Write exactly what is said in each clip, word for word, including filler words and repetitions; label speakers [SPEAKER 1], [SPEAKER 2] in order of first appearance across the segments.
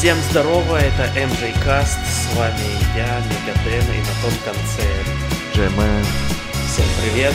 [SPEAKER 1] Всем здорово, это эм джей Cast, с вами я, Мегаден, и на том конце
[SPEAKER 2] Джеймен.
[SPEAKER 1] Всем привет.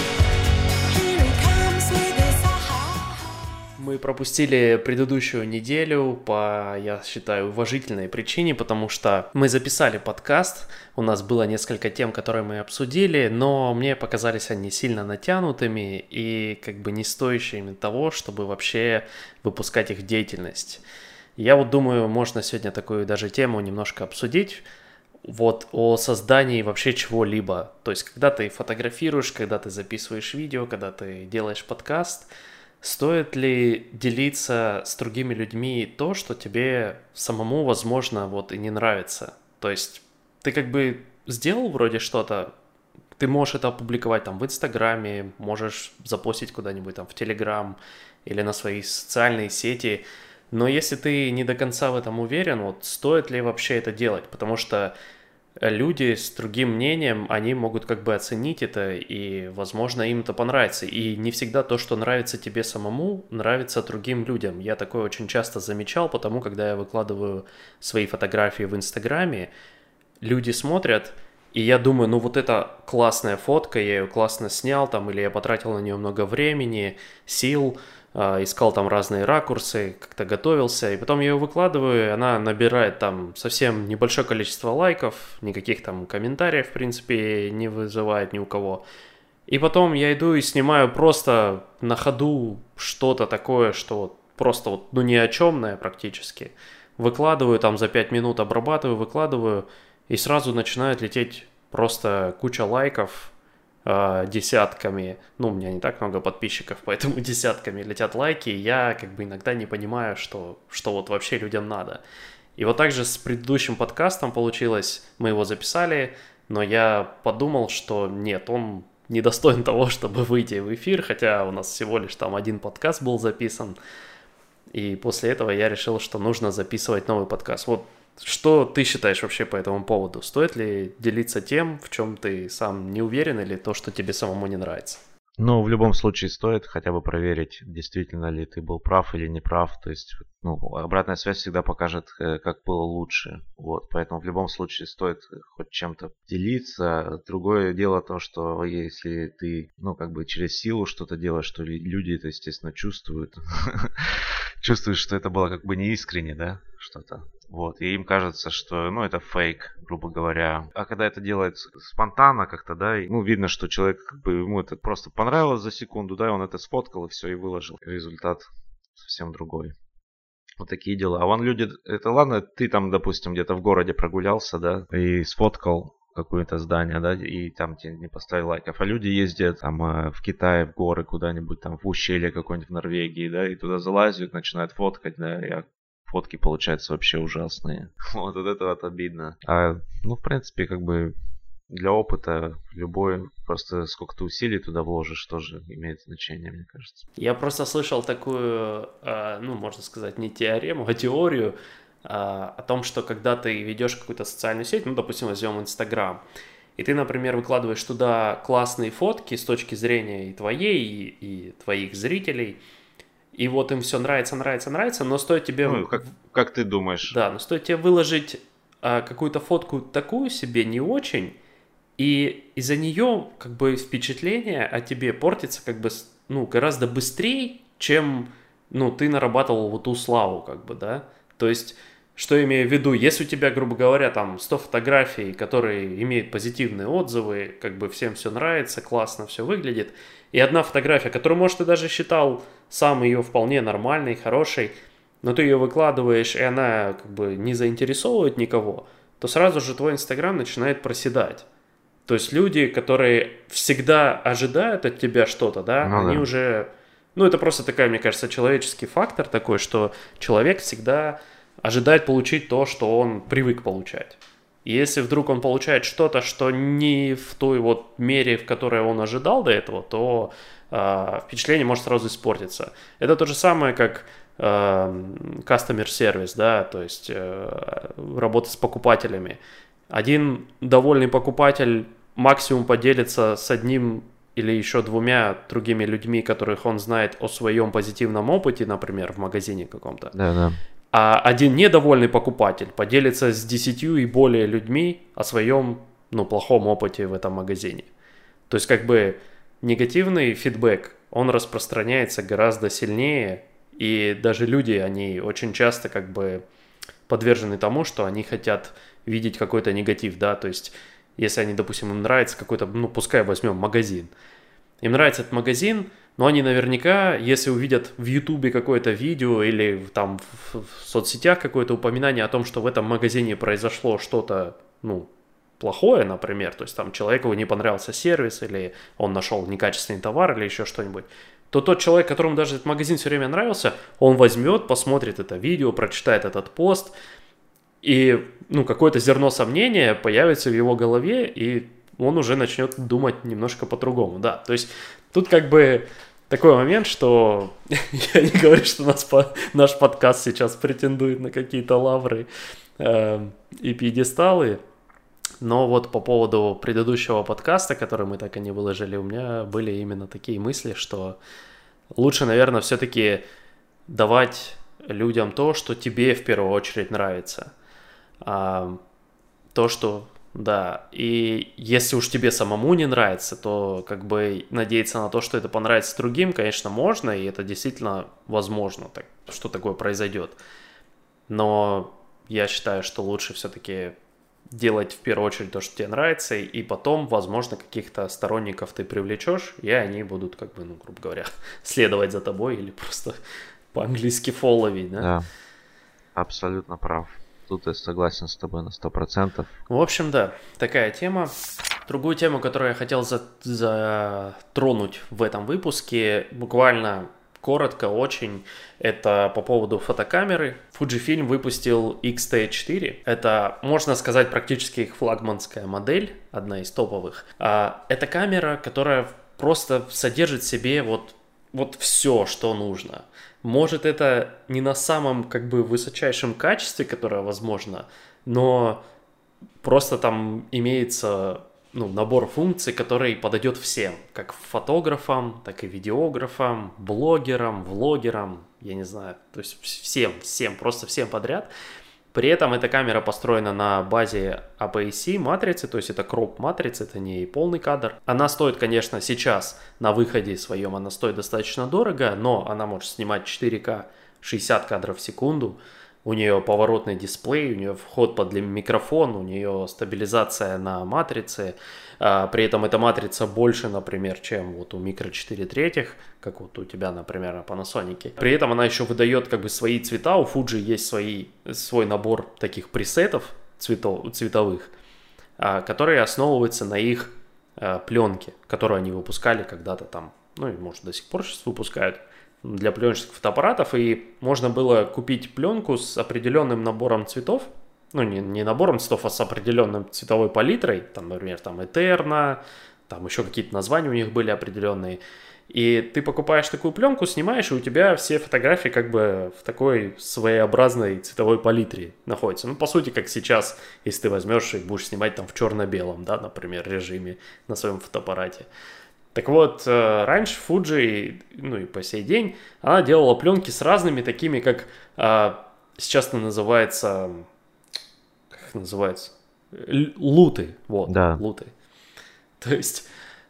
[SPEAKER 1] Мы пропустили предыдущую неделю по, я считаю, уважительной причине, потому что мы записали подкаст, у нас было несколько тем, которые мы обсудили, но мне показались они сильно натянутыми и как бы не стоящими того, чтобы вообще выпускать их деятельность. Я вот думаю, можно сегодня такую даже тему немножко обсудить, вот о создании вообще чего-либо. То есть, когда ты фотографируешь, когда ты записываешь видео, когда ты делаешь подкаст, стоит ли делиться с другими людьми то, что тебе самому, возможно, вот и не нравится? То есть, ты как бы сделал вроде что-то, ты можешь это опубликовать там в Инстаграме, можешь запостить куда-нибудь там в Телеграм или на свои социальные сети. Но если ты не до конца в этом уверен, вот стоит ли вообще это делать? Потому что люди с другим мнением, они могут как бы оценить это, и, возможно, им это понравится. И не всегда то, что нравится тебе самому, нравится другим людям. Я такое очень часто замечал, потому когда я выкладываю свои фотографии в Инстаграме, люди смотрят, и я думаю, ну вот это классная фотка, я ее классно снял, там, или я потратил на нее много времени, сил, искал там разные ракурсы, как-то готовился, и потом я ее выкладываю, и она набирает там совсем небольшое количество лайков, никаких там комментариев, в принципе, не вызывает ни у кого. И потом я иду и снимаю просто на ходу что-то такое, что просто вот, ну, ни о чемное практически. Выкладываю там за пять минут, обрабатываю, выкладываю, и сразу начинает лететь просто куча лайков, десятками, ну, у меня не так много подписчиков, поэтому десятками летят лайки, и я как бы иногда не понимаю, что, что вот вообще людям надо. И вот так же с предыдущим подкастом получилось, мы его записали, но я подумал, что нет, он не достоин того, чтобы выйти в эфир, хотя у нас всего лишь там один подкаст был записан, и после этого я решил, что нужно записывать новый подкаст. Вот что ты считаешь вообще по этому поводу? Стоит ли делиться тем, в чем ты сам не уверен, или то, что тебе самому не нравится?
[SPEAKER 2] Ну, в любом случае стоит хотя бы проверить, действительно ли ты был прав или не прав. То есть, ну, обратная связь всегда покажет, как было лучше. Вот, поэтому в любом случае стоит хоть чем-то делиться. Другое дело то, что если ты, ну, как бы через силу что-то делаешь, то люди это, естественно, чувствуют. Чувствуют, что это было как бы неискренне, да, что-то. Вот, и им кажется, что, ну, это фейк, грубо говоря. А когда это делается спонтанно как-то, да, и, ну, видно, что человек, как бы, ему это просто понравилось за секунду, да, и он это сфоткал и все, и выложил. Результат совсем другой. Вот такие дела. А вон люди, это ладно, ты там, допустим, где-то в городе прогулялся, да, и сфоткал какое-то здание, да, и там тебе не поставил лайков. А люди ездят там в Китае, в горы куда-нибудь, там в ущелье какое-нибудь в Норвегии, да, и туда залазят, начинают фоткать, да, и фотки получаются вообще ужасные. Вот, вот это вот обидно. А, ну, в принципе, как бы для опыта любой, просто сколько ты усилий туда вложишь, тоже имеет значение, мне кажется.
[SPEAKER 1] Я просто слышал такую, ну, можно сказать, не теорему, а теорию о том, что когда ты ведешь какую-то социальную сеть, ну, допустим, возьмем Инстаграм, и ты, например, выкладываешь туда классные фотки с точки зрения и твоей, и, и твоих зрителей, и вот им все нравится, нравится, нравится, но стоит тебе...
[SPEAKER 2] Ну, как, как ты думаешь?
[SPEAKER 1] Да, но стоит тебе выложить а, какую-то фотку такую себе не очень, и из-за нее как бы впечатление о тебе портится как бы, ну, гораздо быстрее, чем, ну, ты нарабатывал вот ту славу, как бы, да. То есть, что я имею в виду, если у тебя, грубо говоря, там сто фотографий, которые имеют позитивные отзывы, как бы всем все нравится, классно все выглядит, и одна фотография, которую, может, ты даже считал сам ее вполне нормальной, хорошей, но ты ее выкладываешь, и она как бы не заинтересовывает никого, то сразу же твой Инстаграм начинает проседать. То есть люди, которые всегда ожидают от тебя что-то, да, ну, они да. уже... Ну, это просто такая, мне кажется, человеческий фактор такой, что человек всегда ожидает получить то, что он привык получать. И если вдруг он получает что-то, что не в той вот мере, в которой он ожидал до этого, то э, впечатление может сразу испортиться. Это то же самое, как э, customer service, да, то есть э, работа с покупателями. Один довольный покупатель максимум поделится с одним или еще двумя другими людьми, которых он знает о своем позитивном опыте, например, в магазине каком-то.
[SPEAKER 2] Да, да.
[SPEAKER 1] а один недовольный покупатель поделится с десятью и более людьми о своем, ну, плохом опыте в этом магазине. То есть, как бы, негативный фидбэк, он распространяется гораздо сильнее, и даже люди, они очень часто, как бы, подвержены тому, что они хотят видеть какой-то негатив, да, то есть, если они, допустим, им нравится какой-то, ну, пускай возьмем магазин, им нравится этот магазин, но они наверняка, если увидят в Ютубе какое-то видео или там в, в соцсетях какое-то упоминание о том, что в этом магазине произошло что-то, ну, плохое, например, то есть там человеку не понравился сервис или он нашел некачественный товар или еще что-нибудь, то тот человек, которому даже этот магазин все время нравился, он возьмет, посмотрит это видео, прочитает этот пост, и, ну, какое-то зерно сомнения появится в его голове, и он уже начнет думать немножко по-другому, да, то есть тут как бы такой момент, что я не говорю, что нас, наш подкаст сейчас претендует на какие-то лавры э, и пьедесталы, но вот по поводу предыдущего подкаста, который мы так и не выложили, у меня были именно такие мысли, что лучше, наверное, все-таки давать людям то, что тебе в первую очередь нравится. А, то, что, да, и если уж тебе самому не нравится, то как бы надеяться на то, что это понравится другим, конечно, можно, и это действительно возможно, так, что такое произойдет. Но я считаю, что лучше все-таки делать в первую очередь то, что тебе нравится, и потом, возможно, каких-то сторонников ты привлечешь, и они будут, как бы, ну, грубо говоря, следовать за тобой или просто по-английски фолловить, да?
[SPEAKER 2] Да, абсолютно прав. Тут я согласен с тобой на сто процентов.
[SPEAKER 1] В общем, да, такая тема. Другую тему, которую я хотел за- затронуть в этом выпуске, буквально коротко очень, это по поводу фотокамеры. Fujifilm выпустил икс ти четыре. Это, можно сказать, практически их флагманская модель, одна из топовых. А, это камера, которая просто содержит в себе вот, вот все, что нужно. Может, это не на самом, как бы, высочайшем качестве, которое возможно, но просто там имеется, ну, набор функций, который подойдет всем, как фотографам, так и видеографам, блогерам, влогерам, я не знаю, то есть всем, всем, просто всем подряд. При этом эта камера построена на базе эй пи эс-C матрицы, то есть это кроп матрица, это не полный кадр. Она стоит, конечно, сейчас на выходе своем, она стоит достаточно дорого, но она может снимать четыре ка шестьдесят кадров в секунду. У нее поворотный дисплей, у нее вход под микрофон, у нее стабилизация на матрице. А, при этом эта матрица больше, например, чем вот у Micro четыре третьих, как вот у тебя, например, на Panasonic. При этом она еще выдает, как бы, свои цвета. У Fuji есть свои, свой набор таких пресетов цветов, цветовых, а, которые основываются на их а, пленке, которую они выпускали когда-то там, ну и может до сих пор сейчас выпускают для пленочных фотоаппаратов, и можно было купить пленку с определенным набором цветов, ну не, не набором цветов, а с определенным цветовой палитрой, там, например, там Eterna, там еще какие-то названия у них были определенные, и ты покупаешь такую пленку, снимаешь, и у тебя все фотографии как бы в такой своеобразной цветовой палитре находятся. Ну, по сути, как сейчас, если ты возьмешь и будешь снимать там в черно-белом, да, например, режиме на своем фотоаппарате. Так вот, раньше Fuji, ну и по сей день, она делала пленки с разными такими, как сейчас это называется, как их называется, луты, вот,
[SPEAKER 2] да.
[SPEAKER 1] луты. То есть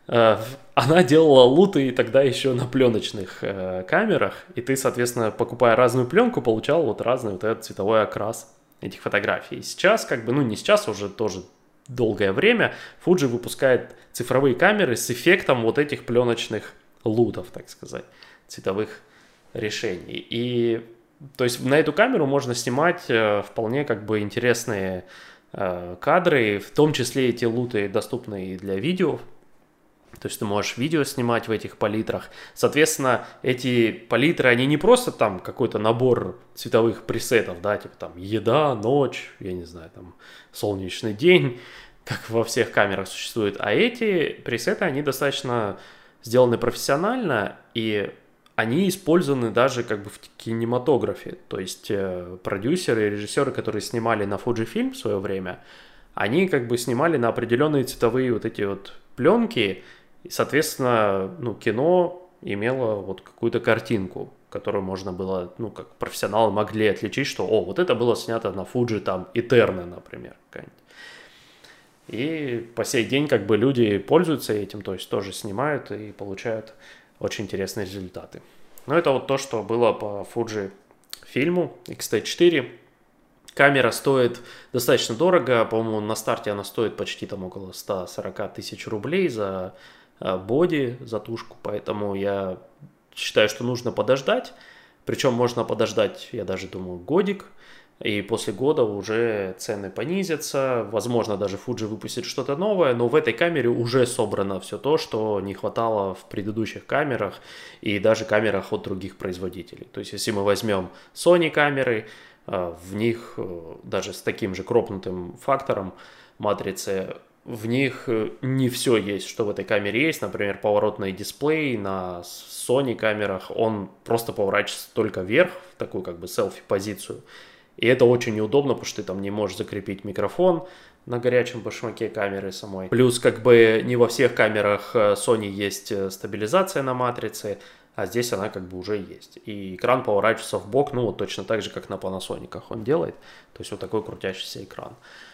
[SPEAKER 1] она делала луты тогда еще на пленочных камерах, и ты, соответственно, покупая разную пленку, получал вот разный вот этот цветовой окрас этих фотографий. И сейчас, как бы, ну не сейчас, уже тоже долгое время Fuji выпускает цифровые камеры с эффектом вот этих пленочных лутов, так сказать, цветовых решений. И то есть на эту камеру можно снимать э, вполне, как бы, интересные э, кадры, в том числе эти луты доступны и для видео. То есть ты можешь видео снимать в этих палитрах. Соответственно, эти палитры, они не просто там какой-то набор цветовых пресетов, да, типа там еда, ночь, я не знаю, там солнечный день, как во всех камерах существует. А эти пресеты, они достаточно сделаны профессионально, и они использованы даже, как бы, в кинематографе. То есть э, продюсеры и режиссеры, которые снимали на Fujifilm в свое время, они, как бы, снимали на определенные цветовые вот эти вот пленки. И, соответственно, ну, кино имело вот какую-то картинку, которую можно было, ну, как профессионалы могли отличить, что, о, вот это было снято на Fuji, там, Eterna, например, какая-нибудь. И по сей день как бы люди пользуются этим, то есть тоже снимают и получают очень интересные результаты. Но это вот то, что было по Fuji фильму икс ти четыре. Камера стоит достаточно дорого, по-моему, на старте она стоит почти там около сто сорок тысяч рублей за боди, за тушку, поэтому я считаю, что нужно подождать, причем можно подождать, я даже думаю, годик, и после года уже цены понизятся, возможно, даже Fuji выпустит что-то новое, но в этой камере уже собрано все то, что не хватало в предыдущих камерах и даже камерах от других производителей. То есть, если мы возьмем Sony камеры, в них даже с таким же кропнутым фактором матрицы, в них не все есть, что в этой камере есть. Например, поворотный дисплей на Sony камерах, он просто поворачивается только вверх, в такую как бы селфи-позицию. И это очень неудобно, потому что ты там не можешь закрепить микрофон на горячем башмаке камеры самой. Плюс как бы не во всех камерах Sony есть стабилизация на матрице, а здесь она как бы уже есть. И экран поворачивается в бок, ну вот точно так же, как на Panasonic он делает. То есть вот такой крутящийся экран.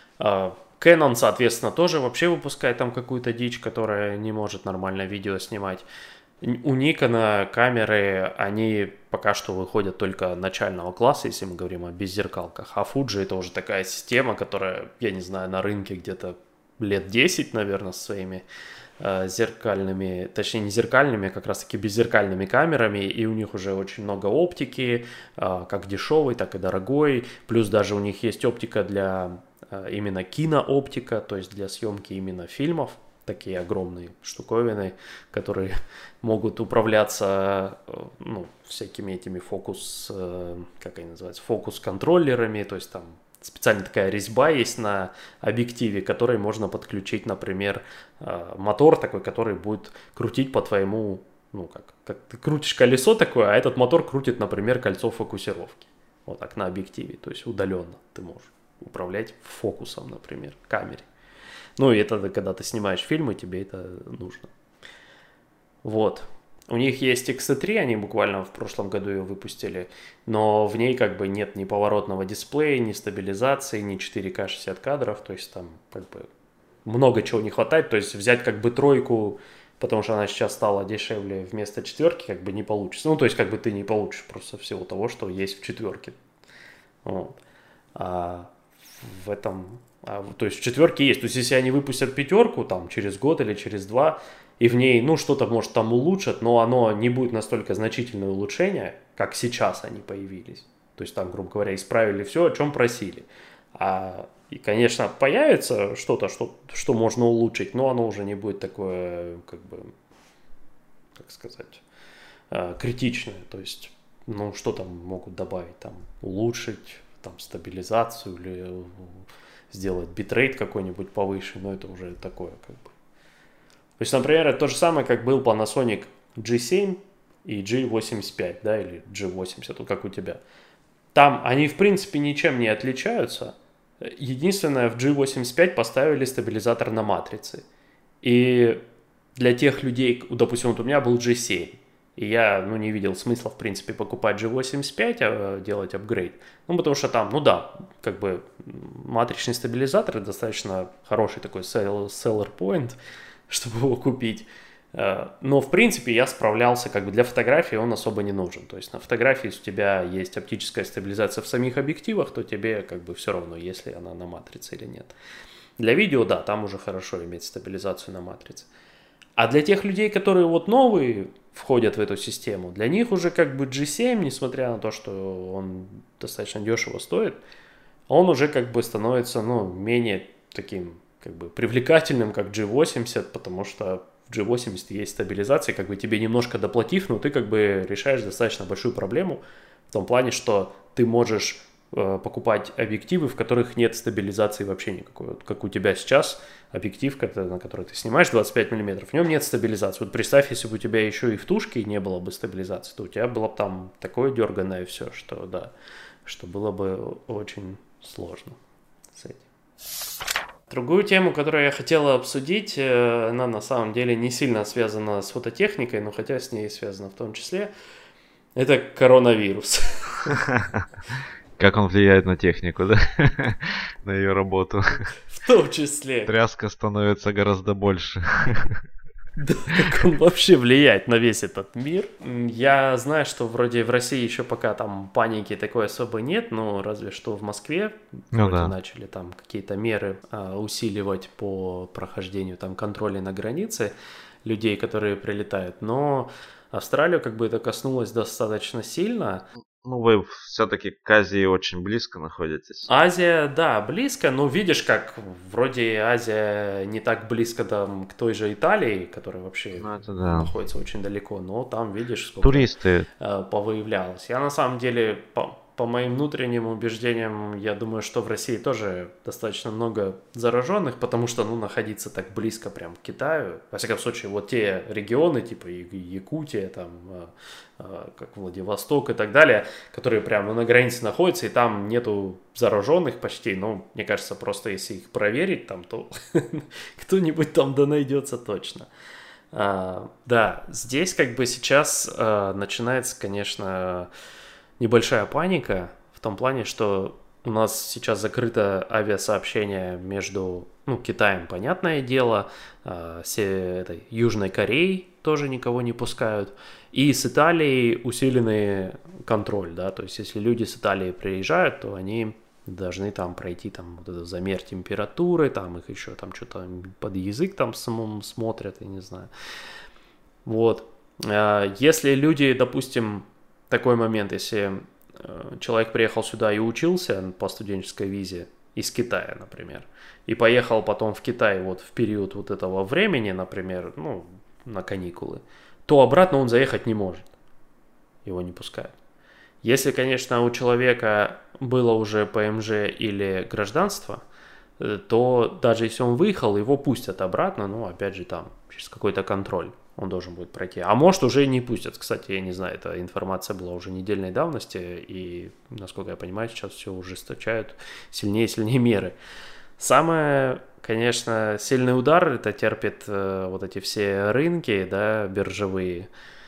[SPEAKER 1] Canon, соответственно, тоже вообще выпускает там какую-то дичь, которая не может нормально видео снимать. У Nikon камеры, они пока что выходят только начального класса, если мы говорим о беззеркалках. А Fuji это уже такая система, которая, я не знаю, на рынке где-то лет десять, наверное, со своими э, зеркальными, точнее не зеркальными, а как раз таки беззеркальными камерами. И у них уже очень много оптики, э, как дешевой, так и дорогой. Плюс даже у них есть оптика для э, именно кинооптика, то есть для съемки именно фильмов. Такие огромные штуковины, которые могут управляться, ну, всякими этими фокус, как они называются, фокус-контроллерами, то есть там специально такая резьба есть на объективе, которой можно подключить, например, мотор такой, который будет крутить по твоему, ну, как, как ты крутишь колесо такое, а этот мотор крутит, например, кольцо фокусировки, вот так на объективе, то есть удаленно ты можешь управлять фокусом, например, камере. Ну, и это когда ты снимаешь фильмы, тебе это нужно. Вот. У них есть икс ти три, они буквально в прошлом году ее выпустили, но в ней как бы нет ни поворотного дисплея, ни стабилизации, ни четыре ка шестьдесят кадров, то есть там как бы много чего не хватает, то есть взять как бы тройку, потому что она сейчас стала дешевле вместо четверки, как бы не получится. Ну, то есть как бы ты не получишь просто всего того, что есть в четверке. Вот. А в этом... А, то есть в четверке есть. То есть если они выпустят пятерку там через год или через два, и в ней, ну, что-то, может, там улучшат, но оно не будет настолько значительное улучшение, как сейчас они появились. То есть там, грубо говоря, исправили все, о чем просили. А, и, конечно, появится что-то, что, что можно улучшить, но оно уже не будет такое, как бы, как сказать, критичное. То есть, ну, что там могут добавить? Там, улучшить, там, стабилизацию или... сделать битрейт какой-нибудь повыше, но это уже такое как бы. То есть, например, это то же самое, как был Panasonic джи семь и джи восемьдесят пять, да, или джи восемьдесят, вот как у тебя. Там они, в принципе, ничем не отличаются. Единственное, в джи восемьдесят пять поставили стабилизатор на матрице. И для тех людей, допустим, вот у меня был джи семь, и я, ну, не видел смысла, в принципе, покупать джи восемьдесят пять, а делать апгрейд. Ну, потому что там, ну да, как бы матричный стабилизатор достаточно хороший такой seller point, чтобы его купить. Но, в принципе, я справлялся, как бы для фотографии он особо не нужен. То есть на фотографии, если у тебя есть оптическая стабилизация в самих объективах, то тебе как бы все равно, если она на матрице или нет. Для видео, да, там уже хорошо иметь стабилизацию на матрице. А для тех людей, которые вот новые входят в эту систему, для них уже как бы джи семь, несмотря на то, что он достаточно дешево стоит, он уже как бы становится, ну, менее таким как бы привлекательным, как джи восемьдесят, потому что в джи восемьдесят есть стабилизация, как бы тебе немножко доплатив, но ты как бы решаешь достаточно большую проблему в том плане, что ты можешь э, покупать объективы, в которых нет стабилизации вообще никакой. Вот как у тебя сейчас объектив, на который ты снимаешь двадцать пять миллиметров, в нем нет стабилизации. Вот представь, если бы у тебя еще и в тушке не было бы стабилизации, то у тебя было бы там такое дерганое все, что да, что было бы очень сложно с этим. Другую тему, которую я хотела обсудить, она на самом деле не сильно связана с фототехникой, но хотя с ней связана в том числе. Это коронавирус.
[SPEAKER 2] Как он влияет на технику, да? На ее работу.
[SPEAKER 1] В том числе.
[SPEAKER 2] Тряска становится гораздо больше.
[SPEAKER 1] Да, как он вообще влияет на весь этот мир. Я знаю, что вроде в России еще пока там паники такой особо нет, но разве что в Москве
[SPEAKER 2] ну,
[SPEAKER 1] вроде
[SPEAKER 2] да.
[SPEAKER 1] начали там какие-то меры а, усиливать по прохождению там контроля на границе людей, которые прилетают. Но Австралию как бы это коснулось достаточно сильно.
[SPEAKER 2] Ну, вы все-таки к Азии очень близко находитесь.
[SPEAKER 1] Азия, да, близко, но видишь, как вроде Азия не так близко там, к той же Италии, которая вообще
[SPEAKER 2] ну, это да.
[SPEAKER 1] находится очень далеко, но там, видишь, сколько
[SPEAKER 2] туристы
[SPEAKER 1] э, повыявлялось. Я на самом деле, по, по моим внутренним убеждениям, я думаю, что в России тоже достаточно много зараженных, потому что, ну, находиться так близко прям к Китаю, во всяком случае, вот те регионы, типа Якутия, там, э, э, как Владивосток и так далее, которые прямо на границе находятся, и там нету зараженных почти, ну, мне кажется, просто если их проверить там, то кто-нибудь там да найдется точно. А, да, здесь как бы сейчас а, начинается, конечно, небольшая паника в том плане, что у нас сейчас закрыто авиасообщение между, ну, Китаем, понятное дело, а, с этой Южной Кореей тоже никого не пускают, и с Италией усиленный контроль, да, то есть если люди с Италии приезжают, то они должны там пройти там вот этот замер температуры, там их еще там что-то под язык там самому смотрят, я не знаю. Вот. Если люди, допустим, такой момент, если человек приехал сюда и учился по студенческой визе из Китая, например, и поехал потом в Китай вот в период вот этого времени, например, ну, на каникулы, то обратно он заехать не может. Его не пускают. Если, конечно, у человека было уже ПМЖ или гражданство, то даже если он выехал, его пустят обратно, ну, опять же, там, через какой-то контроль он должен будет пройти. А может, уже и не пустят. Кстати, я не знаю, эта информация была уже недельной давности, и, насколько я понимаю, сейчас все ужесточают сильнее и сильнее меры. Самое, конечно, сильный удар это терпит э, вот эти все рынки, да, биржевые,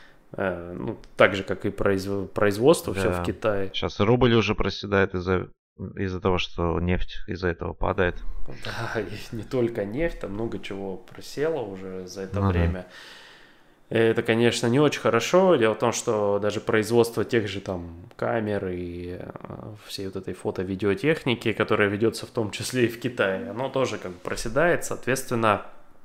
[SPEAKER 1] э, ну, так же, как и произв... производство, да. Все в Китае.
[SPEAKER 2] Сейчас рубль уже проседает из-за из-за того, что нефть из-за этого падает.
[SPEAKER 1] Да, и не только нефть, там много чего просело уже за это ну, время. Да. Это, конечно, не очень хорошо. Дело в том, что даже производство тех же там камер и всей вот этой фото-видеотехники, которая ведется в том числе и в Китае, оно тоже как бы проседает. Соответственно,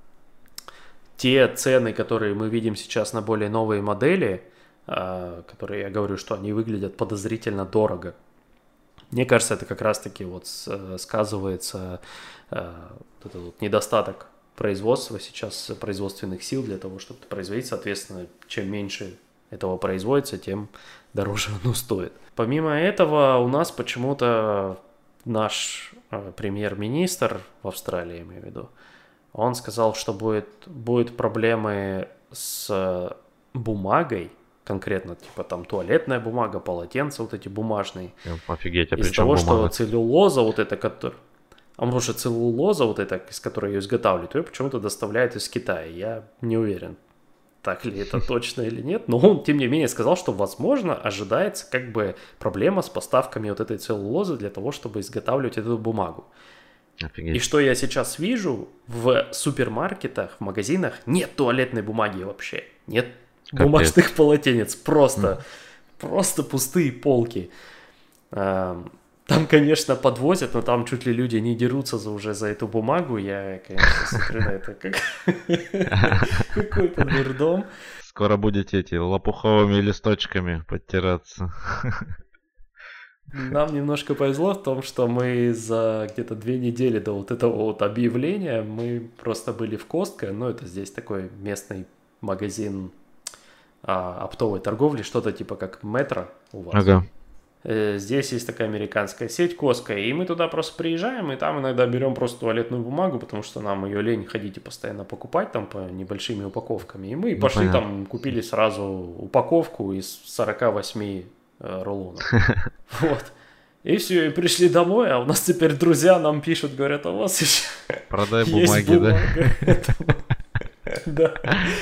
[SPEAKER 1] те цены, которые мы видим сейчас на более новые модели, которые, я говорю, что они выглядят подозрительно дорого. Мне кажется, это как раз-таки вот сказывается э, вот этот вот недостаток производства сейчас, производственных сил для того, чтобы производить. Соответственно, чем меньше этого производится, тем дороже оно стоит. Помимо этого, у нас почему-то наш э, премьер-министр в Австралии, я имею в виду, он сказал, что будет, будут проблемы с бумагой, конкретно, типа там туалетная бумага, полотенца вот эти бумажные.
[SPEAKER 2] Офигеть, а
[SPEAKER 1] из-за того, бумага? Что целлюлоза вот эта, которая... А может, целлулоза вот эта, из которой ее изготавливают, ее почему-то доставляют из Китая. Я не уверен, так ли это точно или нет. Но он, тем не менее, сказал, что, возможно, ожидается как бы проблема с поставками вот этой целлулозы для того, чтобы изготавливать эту бумагу.
[SPEAKER 2] Офигеть.
[SPEAKER 1] И что я сейчас вижу, в супермаркетах, в магазинах нет туалетной бумаги вообще. Нет бумажных Капец. полотенец, просто, mm. просто пустые полки. Там, конечно, подвозят, но там чуть ли люди не дерутся за, уже за эту бумагу. Я, конечно, смотрю на это как какой-то дурдом.
[SPEAKER 2] Скоро будете эти лопуховыми листочками подтираться.
[SPEAKER 1] Нам немножко повезло в том, что мы за где-то две недели до вот этого вот объявления мы просто были в Костко, ну это здесь такой местный магазин а, оптовой торговли, что-то типа как Метро у вас.
[SPEAKER 2] Ага.
[SPEAKER 1] Здесь есть такая американская сеть Костко, и мы туда просто приезжаем, и там иногда берем просто туалетную бумагу, потому что нам ее лень ходить и постоянно покупать там по небольшими упаковками. И мы ну, пошли понятно. Там, купили сразу упаковку из сорок восемь э, рулонов. Вот. И все, и пришли домой, а у нас теперь друзья нам пишут, говорят, а у вас еще
[SPEAKER 2] продай бумаги, да?
[SPEAKER 1] Да.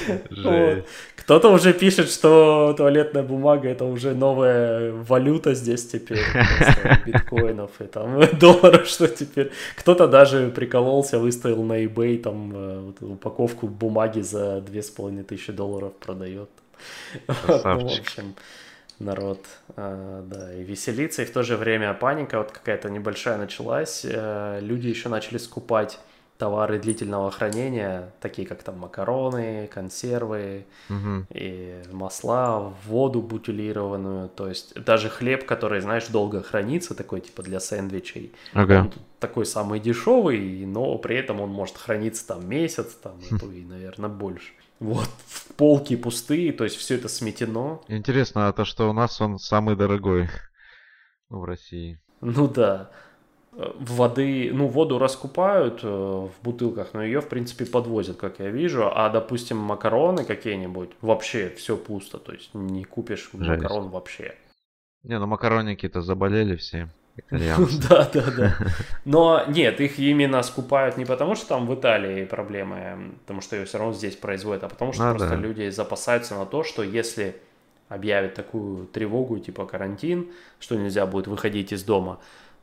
[SPEAKER 1] Вот.
[SPEAKER 2] Жесть.
[SPEAKER 1] Кто-то уже пишет, что туалетная бумага это уже новая валюта здесь теперь, вместо биткоинов и там долларов, что теперь. Кто-то даже прикололся, выставил на eBay там э, вот упаковку бумаги за две с половиной тысячи долларов продает. Вот, ну, в
[SPEAKER 2] Красавчик.
[SPEAKER 1] общем, народ, а, да, и веселится, и в то же время паника вот какая-то небольшая началась. Э, люди еще начали скупать товары длительного хранения, такие как там макароны, консервы
[SPEAKER 2] Мгм.
[SPEAKER 1] и масла, воду бутилированную, то есть даже хлеб, который, знаешь, долго хранится, такой типа для сэндвичей,
[SPEAKER 2] Ага.
[SPEAKER 1] он такой самый дешевый, но при этом он может храниться там месяц, там, а то и, наверное, больше. Вот, полки пустые, то есть все это сметено.
[SPEAKER 2] Интересно, а то, что у нас он самый дорогой, ну, в России.
[SPEAKER 1] Ну да. Э, Воды, ну, воду раскупают э, в бутылках, но ее, в принципе, подвозят, как я вижу. А, допустим, макароны какие-нибудь, вообще все пусто, то есть не купишь
[SPEAKER 2] Жесть.
[SPEAKER 1] макарон вообще.
[SPEAKER 2] Не, ну макаронники-то заболели все, итальянцы.
[SPEAKER 1] Да, да, да. Но нет, их именно скупают не потому, что там в Италии проблемы, потому что ее все равно здесь производят, а потому что
[SPEAKER 2] Ну
[SPEAKER 1] просто
[SPEAKER 2] да.
[SPEAKER 1] люди запасаются на то, что если объявят такую тревогу, типа карантин, что нельзя будет выходить из дома,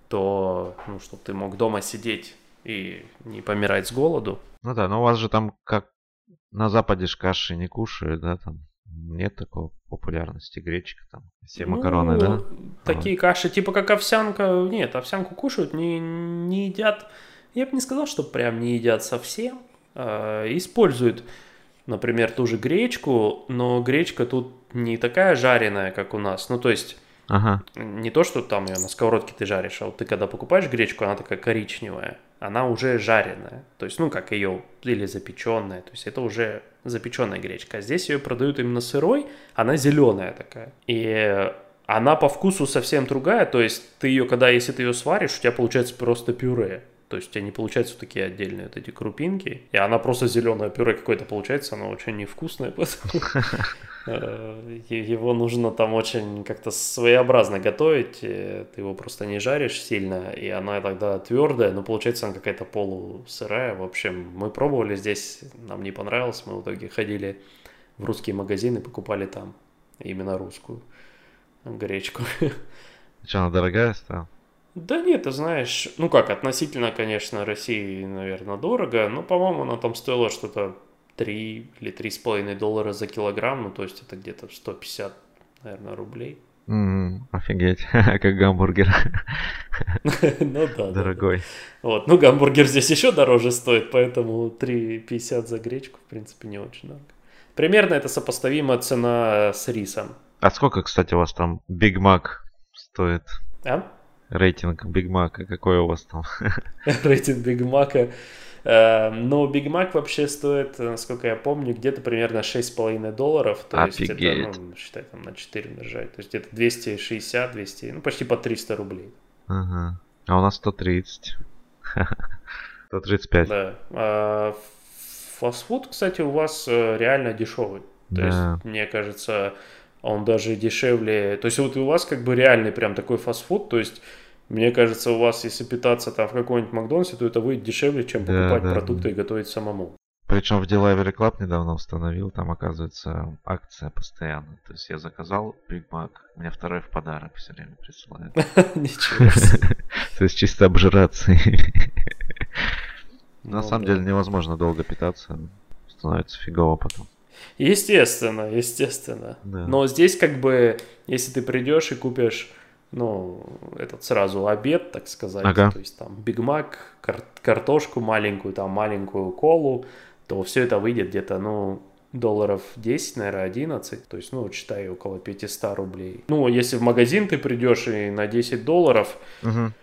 [SPEAKER 1] то, ну, чтобы ты мог дома сидеть и не помирать с голоду.
[SPEAKER 2] Ну да, но у вас же там как на Западе ж каши не кушают, да, там нет такой популярности, гречка там, все макароны, да?
[SPEAKER 1] Ну, такие каши, типа как овсянка, нет, овсянку кушают, не, не едят. Я бы не сказал, что прям не едят совсем. А, используют, например, ту же гречку, но гречка тут не такая жареная, как у нас. Ну, то есть,
[SPEAKER 2] Ага,
[SPEAKER 1] не то, что там ее на сковородке ты жаришь, а вот ты когда покупаешь гречку, она такая коричневая, она уже жареная. То есть, ну, как ее, или запеченная, то есть это уже запеченная гречка. А здесь ее продают именно сырой, она зеленая такая. И она по вкусу совсем другая, то есть ты ее, когда, если ты ее сваришь, у тебя получается просто пюре. То есть у тебя не получаются такие отдельные вот эти крупинки, и она просто зеленое пюре какое-то получается, оно очень невкусное, поэтому э, е- его нужно там очень как-то своеобразно готовить, э, ты его просто не жаришь сильно, и она тогда твердая, но получается она какая-то полусырая. В общем, мы пробовали здесь, нам не понравилось, мы в итоге ходили в русские магазины, покупали там именно русскую гречку.
[SPEAKER 2] что, она дорогая стала?
[SPEAKER 1] Да нет, ты знаешь, ну как, относительно, конечно, России, наверное, дорого, но, по-моему, она там стоила что-то три или три с половиной доллара за килограмм, ну то есть это где-то сто пятьдесят, наверное, рублей.
[SPEAKER 2] М, Офигеть, как гамбургер
[SPEAKER 1] Ну да, да, да.
[SPEAKER 2] дорогой.
[SPEAKER 1] Вот, ну гамбургер здесь еще дороже стоит, поэтому три пятьдесят за гречку, в принципе, не очень дорого. Примерно это сопоставимая цена с рисом.
[SPEAKER 2] А сколько, кстати, у вас там Биг Мак стоит?
[SPEAKER 1] А?
[SPEAKER 2] Рейтинг Биг Мака, какой у вас там?
[SPEAKER 1] Рейтинг Биг Мака. Э, Но Биг Мак вообще стоит, насколько я помню, где-то примерно шесть с половиной долларов. То есть это,
[SPEAKER 2] Офигеть.
[SPEAKER 1] ну, считай, там на четыре умножать. То есть где-то двести шестьдесят, двести, ну, почти по триста рублей.
[SPEAKER 2] Ага. А у нас сто тридцать. сто тридцать пять.
[SPEAKER 1] Да. А фастфуд, кстати, у вас э, реально дешевый. То есть,
[SPEAKER 2] Да.
[SPEAKER 1] мне кажется, он даже дешевле. То есть, вот у вас как бы реальный прям такой фастфуд. То есть, мне кажется, у вас, если питаться там в каком-нибудь Макдональдсе, то это выйдет дешевле, чем
[SPEAKER 2] Да,
[SPEAKER 1] покупать
[SPEAKER 2] да,
[SPEAKER 1] продукты
[SPEAKER 2] да.
[SPEAKER 1] и готовить самому.
[SPEAKER 2] Причем в Delivery Club недавно установил, там оказывается акция постоянно. То есть я заказал Биг Мак, мне второй в подарок все время присылают.
[SPEAKER 1] Ничего себе.
[SPEAKER 2] То есть чисто обжираться. На
[SPEAKER 1] Ну
[SPEAKER 2] самом
[SPEAKER 1] да.
[SPEAKER 2] деле невозможно долго питаться, становится фигово потом.
[SPEAKER 1] Естественно, естественно.
[SPEAKER 2] Да.
[SPEAKER 1] Но здесь как бы, если ты придешь и купишь, ну, этот сразу обед, так сказать,
[SPEAKER 2] Ага.
[SPEAKER 1] то есть там Биг Мак, кар- картошку маленькую, там маленькую колу, то все это выйдет где-то, ну, долларов десять, наверное, одиннадцать, то есть, ну, вот считай, около пятьсот рублей. Ну, если в магазин ты придешь и на десять долларов,
[SPEAKER 2] Мгм.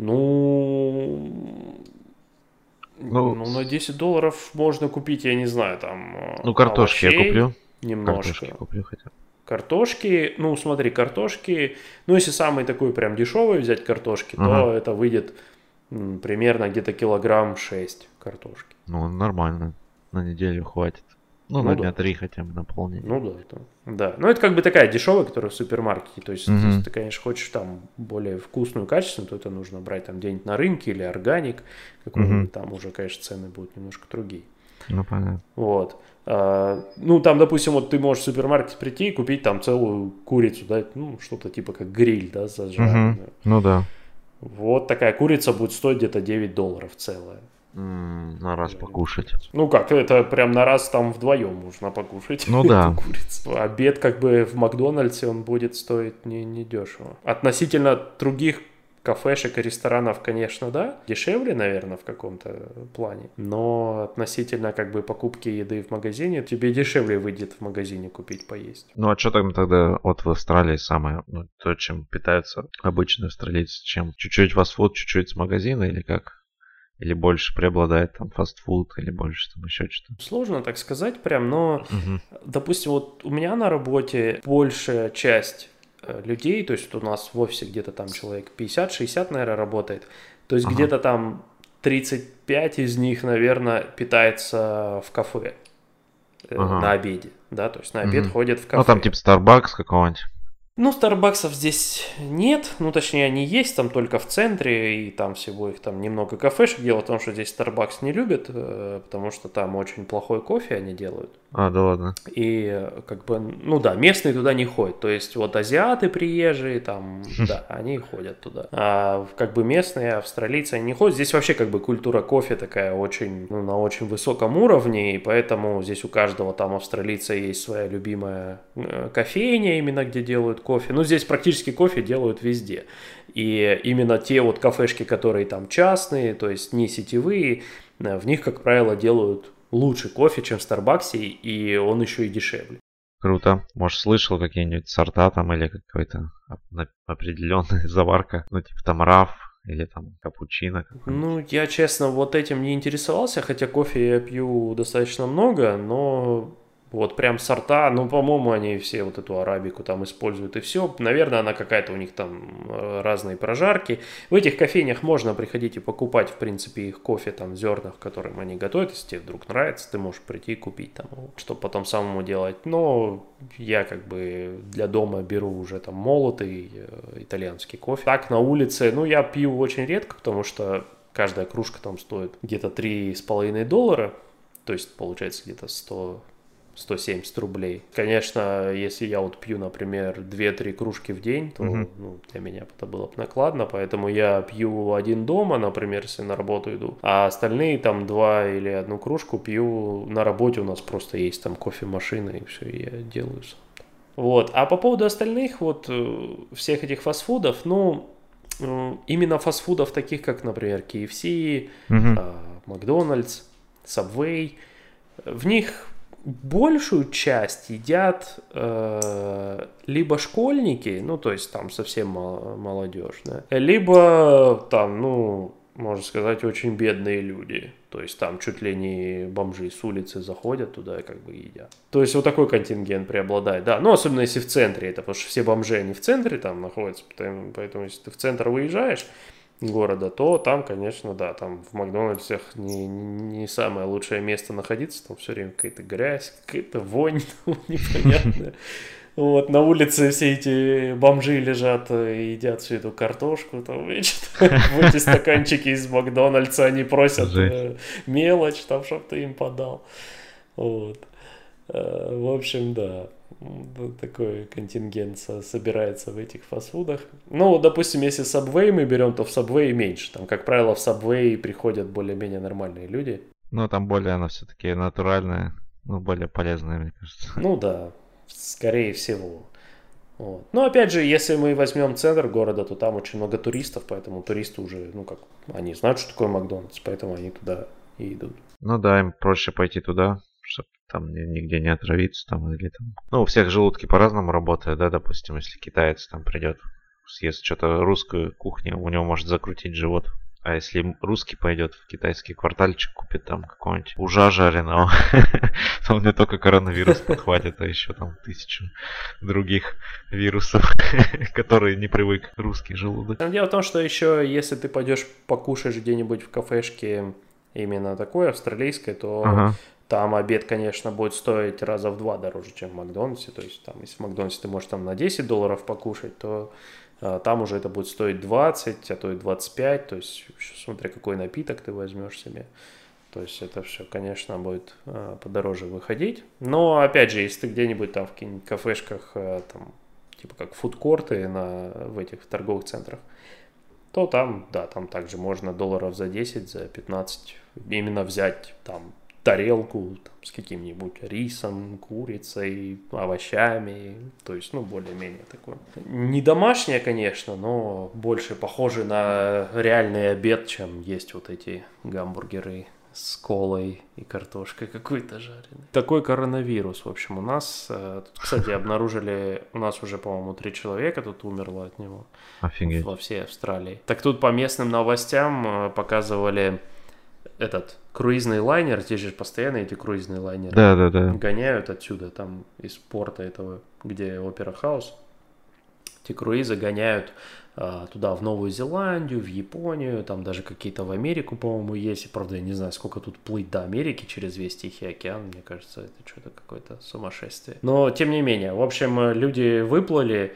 [SPEAKER 1] ну,
[SPEAKER 2] Ну,
[SPEAKER 1] ну, на десять долларов можно купить, я не знаю, там, э,
[SPEAKER 2] Ну, картошки я
[SPEAKER 1] овощей
[SPEAKER 2] куплю.
[SPEAKER 1] немножко.
[SPEAKER 2] Картошки куплю хотя бы.
[SPEAKER 1] Картошки, ну смотри, картошки, ну если самый такой прям дешевый взять картошки, то
[SPEAKER 2] Ага.
[SPEAKER 1] это выйдет м, примерно где-то килограмм шесть картошки.
[SPEAKER 2] Ну, нормально. На неделю хватит. Ну,
[SPEAKER 1] Ну
[SPEAKER 2] на
[SPEAKER 1] да.
[SPEAKER 2] дня три хотя бы наполнение.
[SPEAKER 1] Ну да, это, да. Ну это как бы такая дешевая, которая в супермаркете. То есть,
[SPEAKER 2] Мгм.
[SPEAKER 1] если ты, конечно, хочешь там более вкусную, качественную, то это нужно брать там где-нибудь на рынке или органик какой-нибудь,
[SPEAKER 2] Мгм.
[SPEAKER 1] там уже, конечно, цены будут немножко другие.
[SPEAKER 2] Ну, понятно.
[SPEAKER 1] Вот. А, ну, там, допустим, вот ты можешь в супермаркет прийти и купить там целую курицу, да, ну, что-то типа как гриль, да,
[SPEAKER 2] Угу.
[SPEAKER 1] зажаренную.
[SPEAKER 2] Ну да.
[SPEAKER 1] Вот такая курица будет стоить где-то девять долларов целая.
[SPEAKER 2] М, на раз покушать.
[SPEAKER 1] Ну как, это прям на раз там вдвоем можно покушать
[SPEAKER 2] Ну
[SPEAKER 1] эту
[SPEAKER 2] да.
[SPEAKER 1] курицу. Обед как бы в Макдональдсе он будет стоить не, не дешево. Относительно других кафешек и ресторанов, конечно, да, дешевле, наверное, в каком-то плане. Но относительно как бы покупки еды в магазине, тебе дешевле выйдет в магазине купить поесть.
[SPEAKER 2] Ну а что там тогда вот в Австралии самое, ну, то, чем питаются обычные австралийцы, чем? Чуть-чуть фастфуд, чуть-чуть с магазина или как? Или больше преобладает там фастфуд, или больше там еще что-то?
[SPEAKER 1] Сложно так сказать прям, но,
[SPEAKER 2] Угу.
[SPEAKER 1] допустим, вот у меня на работе большая часть э, людей, то есть у нас в офисе где-то там человек пятьдесят-шестьдесят, наверное, работает, то есть
[SPEAKER 2] Ага.
[SPEAKER 1] где-то там тридцать пять из них, наверное, питается в кафе э, на
[SPEAKER 2] Ага.
[SPEAKER 1] обеде, да, то есть на обед
[SPEAKER 2] Угу.
[SPEAKER 1] ходят в
[SPEAKER 2] Ну там
[SPEAKER 1] кафе.
[SPEAKER 2] типа Starbucks какого-нибудь.
[SPEAKER 1] Ну, Старбаксов здесь нет, ну, точнее, они есть там только в центре, и там всего их там немного кафешек. Дело в том, что здесь Starbucks не любят, э, потому что там очень плохой кофе они делают.
[SPEAKER 2] А, да ладно.
[SPEAKER 1] И э, как бы, ну да, местные туда не ходят. То есть вот азиаты приезжие, там, да, они ходят туда. А как бы местные австралийцы, они не ходят. Здесь вообще как бы культура кофе такая очень, ну, на очень высоком уровне, и поэтому здесь у каждого там австралийца есть своя любимая э, кофейня, именно где делают кофе. Ну, здесь практически кофе делают везде. И именно те вот кафешки, которые там частные, то есть не сетевые, э, в них, как правило, делают лучше кофе, чем в Старбаксе, и он еще и дешевле.
[SPEAKER 2] Круто. Может, слышал какие-нибудь сорта там или какой-то определенная заварка, ну типа там раф или там капучино какой-нибудь.
[SPEAKER 1] Ну, я, честно, вот этим не интересовался, хотя кофе я пью достаточно много, но вот прям сорта, ну, по-моему, они все вот эту арабику там используют и все. Наверное, она какая-то у них там э, разные прожарки. В этих кофейнях можно приходить и покупать, в принципе, их кофе там в зернах, которым они готовят. Если тебе вдруг нравится, ты можешь прийти и купить там, чтобы потом самому делать. Но я как бы для дома беру уже там молотый э, итальянский кофе. Так, на улице, ну, я пью очень редко, потому что каждая кружка там стоит где-то три с половиной доллара. То есть, получается, где-то сто сто семьдесят рублей. Конечно, если я вот пью, например, две-три кружки в день, то
[SPEAKER 2] Мгм.
[SPEAKER 1] ну, для меня это было бы накладно, поэтому я пью один дома, например, если на работу иду, а остальные там два или одну кружку пью на работе, у нас просто есть там кофемашина, и все, и я делаю сам. Вот. А по поводу остальных вот э, всех этих фастфудов, ну, э, именно фастфудов таких, как, например, кей эф си,
[SPEAKER 2] Мгм.
[SPEAKER 1] э, Макдональдс, Subway, в них большую часть едят э, либо школьники, ну, то есть там совсем мол- молодежь, да, либо там, ну, можно сказать, очень бедные люди. То есть там чуть ли не бомжи с улицы заходят туда и как бы едят. То есть вот такой контингент преобладает, да. Ну, особенно если в центре это, потому что все бомжи, они в центре там находятся, поэтому, поэтому если ты в центр выезжаешь города, то там, конечно, да, там в Макдональдсах не, не самое лучшее место находиться, там все время какая-то грязь, какая-то вонь непонятная. Вот, на улице все эти бомжи лежат и едят всю эту картошку, там, и что-то в эти стаканчики из Макдональдса они просят
[SPEAKER 2] Жесть.
[SPEAKER 1] э, мелочь, там, чтобы ты им подал. Вот. Э, В общем, да, вот такой контингент со- собирается в этих фастфудах. Ну, допустим, если Subway мы берем, то в Subway меньше. Там, как правило, в Subway приходят более-менее нормальные люди.
[SPEAKER 2] Ну там более она все-таки натуральная, ну более полезная, мне кажется.
[SPEAKER 1] Ну да, скорее всего. Вот. Но опять же, если мы возьмем центр города, то там очень много туристов, поэтому туристы уже, ну как, они знают, что такое Макдональдс, поэтому они туда и идут.
[SPEAKER 2] Ну да, им проще пойти туда, чтобы там ни- нигде не отравиться там или там. Ну, у всех желудки по-разному работают, да, допустим, если китаец там придет, съест что-то русскую кухню, у него может закрутить живот. А если м- русский пойдет в китайский квартальчик, купит там какого-нибудь ужа жареного, то он не только коронавирус подхватит, а еще там тысячу других вирусов, которые не привык русский желудок.
[SPEAKER 1] Но дело в том, что еще, если ты пойдешь покушаешь где-нибудь в кафешке именно такой австралийской, то
[SPEAKER 2] Ага.
[SPEAKER 1] там обед, конечно, будет стоить раза в два дороже, чем в Макдональдсе. То есть там, если в Макдональдсе ты можешь там на десять долларов покушать, то а, там уже это будет стоить двадцать, а то и двадцать пять. То есть, еще смотря какой напиток ты возьмешь себе. То есть это все, конечно, будет э, подороже выходить. Но, опять же, если ты где-нибудь там в каких-нибудь кафешках, э, там, типа как фудкорты на, в этих торговых центрах, то там, да, там также можно долларов за десять, за пятнадцать именно взять там тарелку там, с каким-нибудь рисом, курицей, овощами, то есть, ну, более-менее такой. Не домашнее, конечно, но больше похоже на реальный обед, чем есть вот эти гамбургеры с колой и картошкой какой-то жареной. Такой коронавирус, в общем, у нас, тут, кстати, обнаружили, у нас уже, по-моему, три человека тут умерло от него.
[SPEAKER 2] Офигеть.
[SPEAKER 1] Во всей Австралии. Так тут по местным новостям показывали этот круизный лайнер, здесь же постоянно эти круизные лайнеры
[SPEAKER 2] да, да, да.
[SPEAKER 1] гоняют отсюда, там из порта этого, где Опера Хаус. Эти круизы гоняют а, туда, в Новую Зеландию, в Японию, там даже какие-то в Америку, по-моему, есть. И, правда, я не знаю, сколько тут плыть до Америки через весь Тихий океан. Мне кажется, это что-то какое-то сумасшествие. Но, тем не менее, в общем, люди выплыли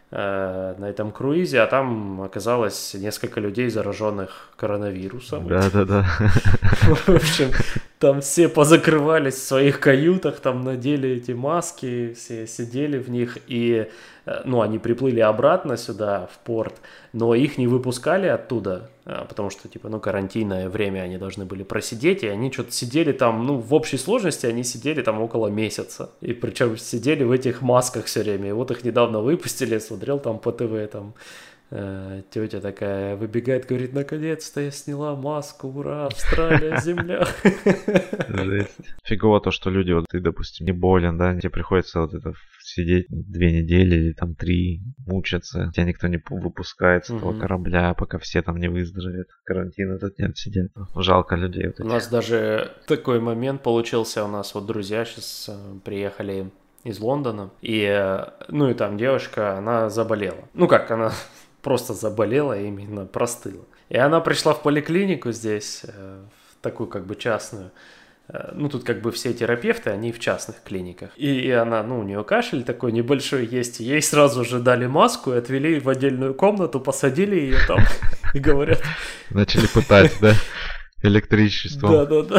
[SPEAKER 1] э, на этом круизе, а там оказалось несколько людей, зараженных коронавирусом.
[SPEAKER 2] Да-да-да.
[SPEAKER 1] В общем, там все позакрывались в своих каютах, там надели эти маски, все сидели в них, и, ну, они приплыли обратно сюда, в порт, но их не выпускали оттуда, потому что, типа, ну, карантинное время они должны были просидеть, и они что-то сидели там, ну, в общей сложности они сидели там около месяца, и причем сидели в этих масках все время, и вот их недавно выпустили, смотрел там по ТВ, там, тетя такая выбегает, говорит, наконец-то я сняла маску, ура, Австралия, земля.
[SPEAKER 2] Жесть. Фигово то, что люди, вот ты, допустим, не болен, да, тебе приходится вот это сидеть две недели или там три, мучаться, тебя никто не выпускает с этого
[SPEAKER 1] Мгм.
[SPEAKER 2] корабля, пока все там не выздоровеют. Карантин этот не отсидят. Жалко людей вот
[SPEAKER 1] У
[SPEAKER 2] этих.
[SPEAKER 1] нас даже такой момент получился, у нас вот друзья сейчас приехали из Лондона, и, э, ну и там девушка, она заболела. Ну как, она просто заболела, именно простыла. И она пришла в поликлинику здесь, э, в такую как бы частную. Э, Ну, тут как бы все терапевты, они в частных клиниках. И, и она, ну, у нее кашель такой небольшой есть, и ей сразу же дали маску и отвели в отдельную комнату, посадили ее там и говорят...
[SPEAKER 2] Начали пытать, да, электричеством.
[SPEAKER 1] Да-да-да.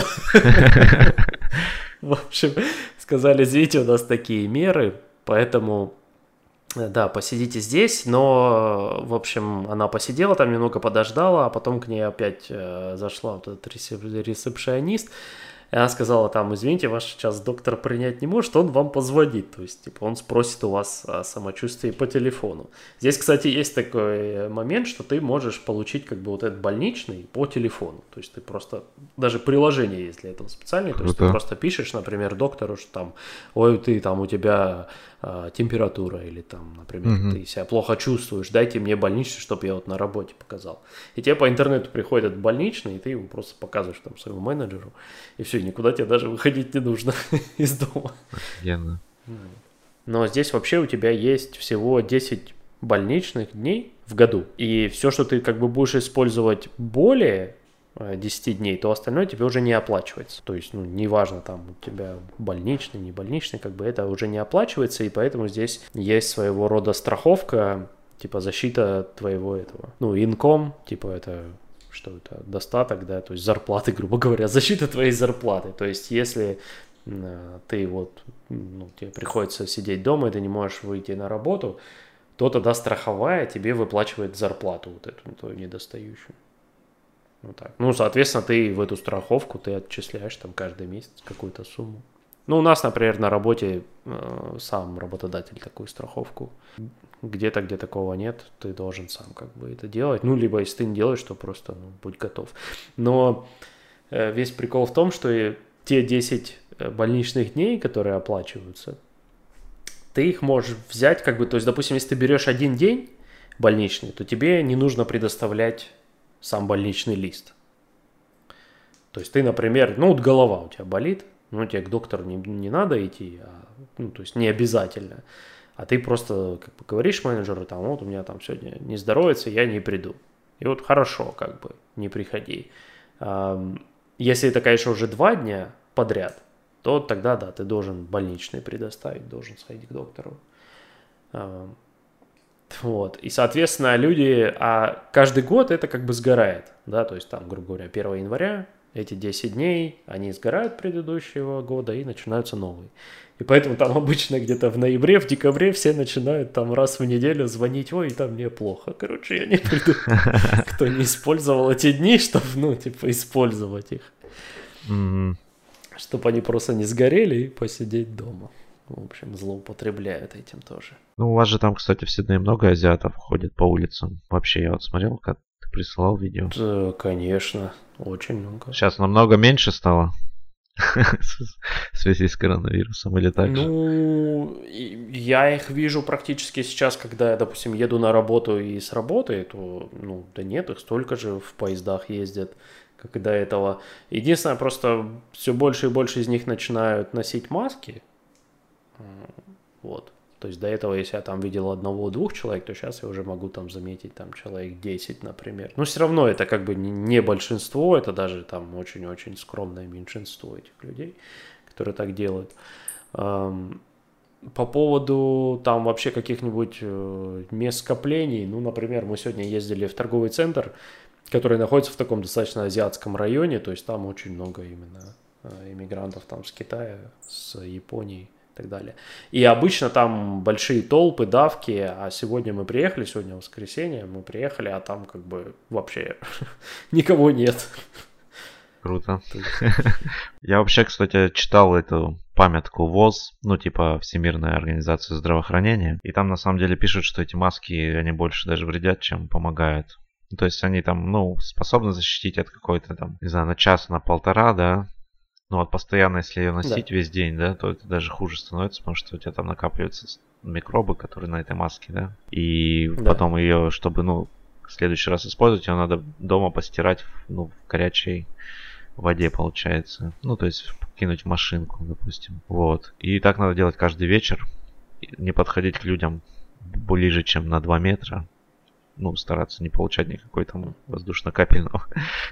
[SPEAKER 1] В общем, сказали, извините, у нас такие меры, поэтому, да, посидите здесь, но, в общем, она посидела там, немного подождала, а потом к ней опять э, зашла вот этот ресеп- ресепшионист, и она сказала там, извините, ваш сейчас доктор принять не может, он вам позвонит, то есть, типа, он спросит у вас о самочувствии по телефону. Здесь, кстати, есть такой момент, что ты можешь получить, как бы, вот этот больничный по телефону, то есть, ты просто, даже приложение есть для этого специальное, то есть, ты
[SPEAKER 2] Круто.
[SPEAKER 1] просто пишешь, например, доктору, что там, ой, ты там, у тебя а, температура, или там, например,
[SPEAKER 2] Мгм.
[SPEAKER 1] ты себя плохо чувствуешь, дайте мне больничный, чтобы я вот на работе показал. И тебе по интернету приходит этот больничный, и ты его просто показываешь там своему менеджеру, и все, никуда тебе даже выходить не нужно из дома.
[SPEAKER 2] Офигенно.
[SPEAKER 1] Но здесь вообще у тебя есть всего десять больничных дней в году. И все, что ты как бы будешь использовать более э, десять дней, то остальное тебе уже не оплачивается. То есть, ну, неважно, там у тебя больничный, не больничный, как бы это уже не оплачивается, и поэтому здесь есть своего рода страховка, типа защита твоего этого. Ну, инком, типа это... что это достаток, да, то есть зарплаты, грубо говоря, защита твоей зарплаты. То есть если э, ты вот, ну, тебе приходится сидеть дома, и ты не можешь выйти на работу, то тогда страховая тебе выплачивает зарплату вот эту, твою недостающую. Ну так. Ну, соответственно, ты в эту страховку ты отчисляешь там каждый месяц какую-то сумму. Ну, у нас, например, на работе э, сам работодатель такую страховку. Где-то, где такого нет, ты должен сам как бы это делать. Ну, либо если ты не делаешь, то просто, ну, будь готов. Но э, весь прикол в том, что и те десять больничных дней, которые оплачиваются, ты их можешь взять как бы, то есть, допустим, если ты берешь один день больничный, то тебе не нужно предоставлять сам больничный лист. То есть ты, например, ну вот голова у тебя болит, ну тебе к доктору не, не надо идти, а, ну то есть не обязательно, а ты просто как бы говоришь менеджеру, там, вот у меня там сегодня не здоровится, я не приду. И вот хорошо, как бы, не приходи. А, если это, конечно, уже два дня подряд, то тогда, да, ты должен больничный предоставить, должен сходить к доктору. А, вот. И, соответственно, люди, а каждый год это как бы сгорает, да, то есть там, грубо говоря, первого января эти десять дней, они сгорают предыдущего года и начинаются новые. И поэтому там обычно где-то в ноябре, в декабре все начинают там раз в неделю звонить, ой, там мне плохо. Короче, я не приду. Кто не использовал эти дни, чтобы, ну, типа, использовать их. Чтобы они просто не сгорели и посидеть дома. В общем, злоупотребляют этим тоже.
[SPEAKER 2] Ну, у вас же там, кстати, в Сиднее много азиатов ходит по улицам. Вообще, я вот смотрел, как ты присылал видео.
[SPEAKER 1] Да, конечно, очень много.
[SPEAKER 2] Сейчас намного меньше стало в связи с коронавирусом или так же?
[SPEAKER 1] Ну, я их вижу практически сейчас, когда я, допустим, еду на работу и с работы, то, ну, да нет, их столько же в поездах ездят, как и до этого. Единственное, просто все больше и больше из них начинают носить маски. Вот. То есть до этого, если я там видел одного-двух человек, то сейчас я уже могу там заметить там человек десять, например. Но все равно это как бы не большинство, это даже там очень-очень скромное меньшинство этих людей, которые так делают. По поводу там вообще каких-нибудь мест скоплений, ну, например, мы сегодня ездили в торговый центр, который находится в таком достаточно азиатском районе, то есть там очень много именно иммигрантов там с Китая, с Японии. И так далее. И обычно там большие толпы, давки, а сегодня мы приехали, сегодня воскресенье, мы приехали, а там как бы вообще никого нет.
[SPEAKER 2] Круто. Я вообще, кстати, читал эту памятку ВОЗ, ну типа Всемирная организация здравоохранения, и там на самом деле пишут, что эти маски, они больше даже вредят, чем помогают. То есть они там, ну, способны защитить от какой-то там, не знаю, на час, на полтора, да. Ну вот постоянно, если ее носить да. весь день, да, то это даже хуже становится, потому что у тебя там накапливаются микробы, которые на этой маске, да. И да. потом ее, чтобы, ну, в следующий раз использовать, ее надо дома постирать, ну, в горячей воде, получается. Ну, то есть кинуть в машинку, допустим. Вот. И так надо делать каждый вечер. Не подходить к людям ближе, чем на два метра. Ну, стараться не получать никакой там воздушно-капельного.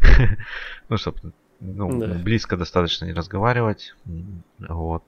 [SPEAKER 2] Ну, чтобы... Ну, да. близко достаточно не разговаривать. Вот.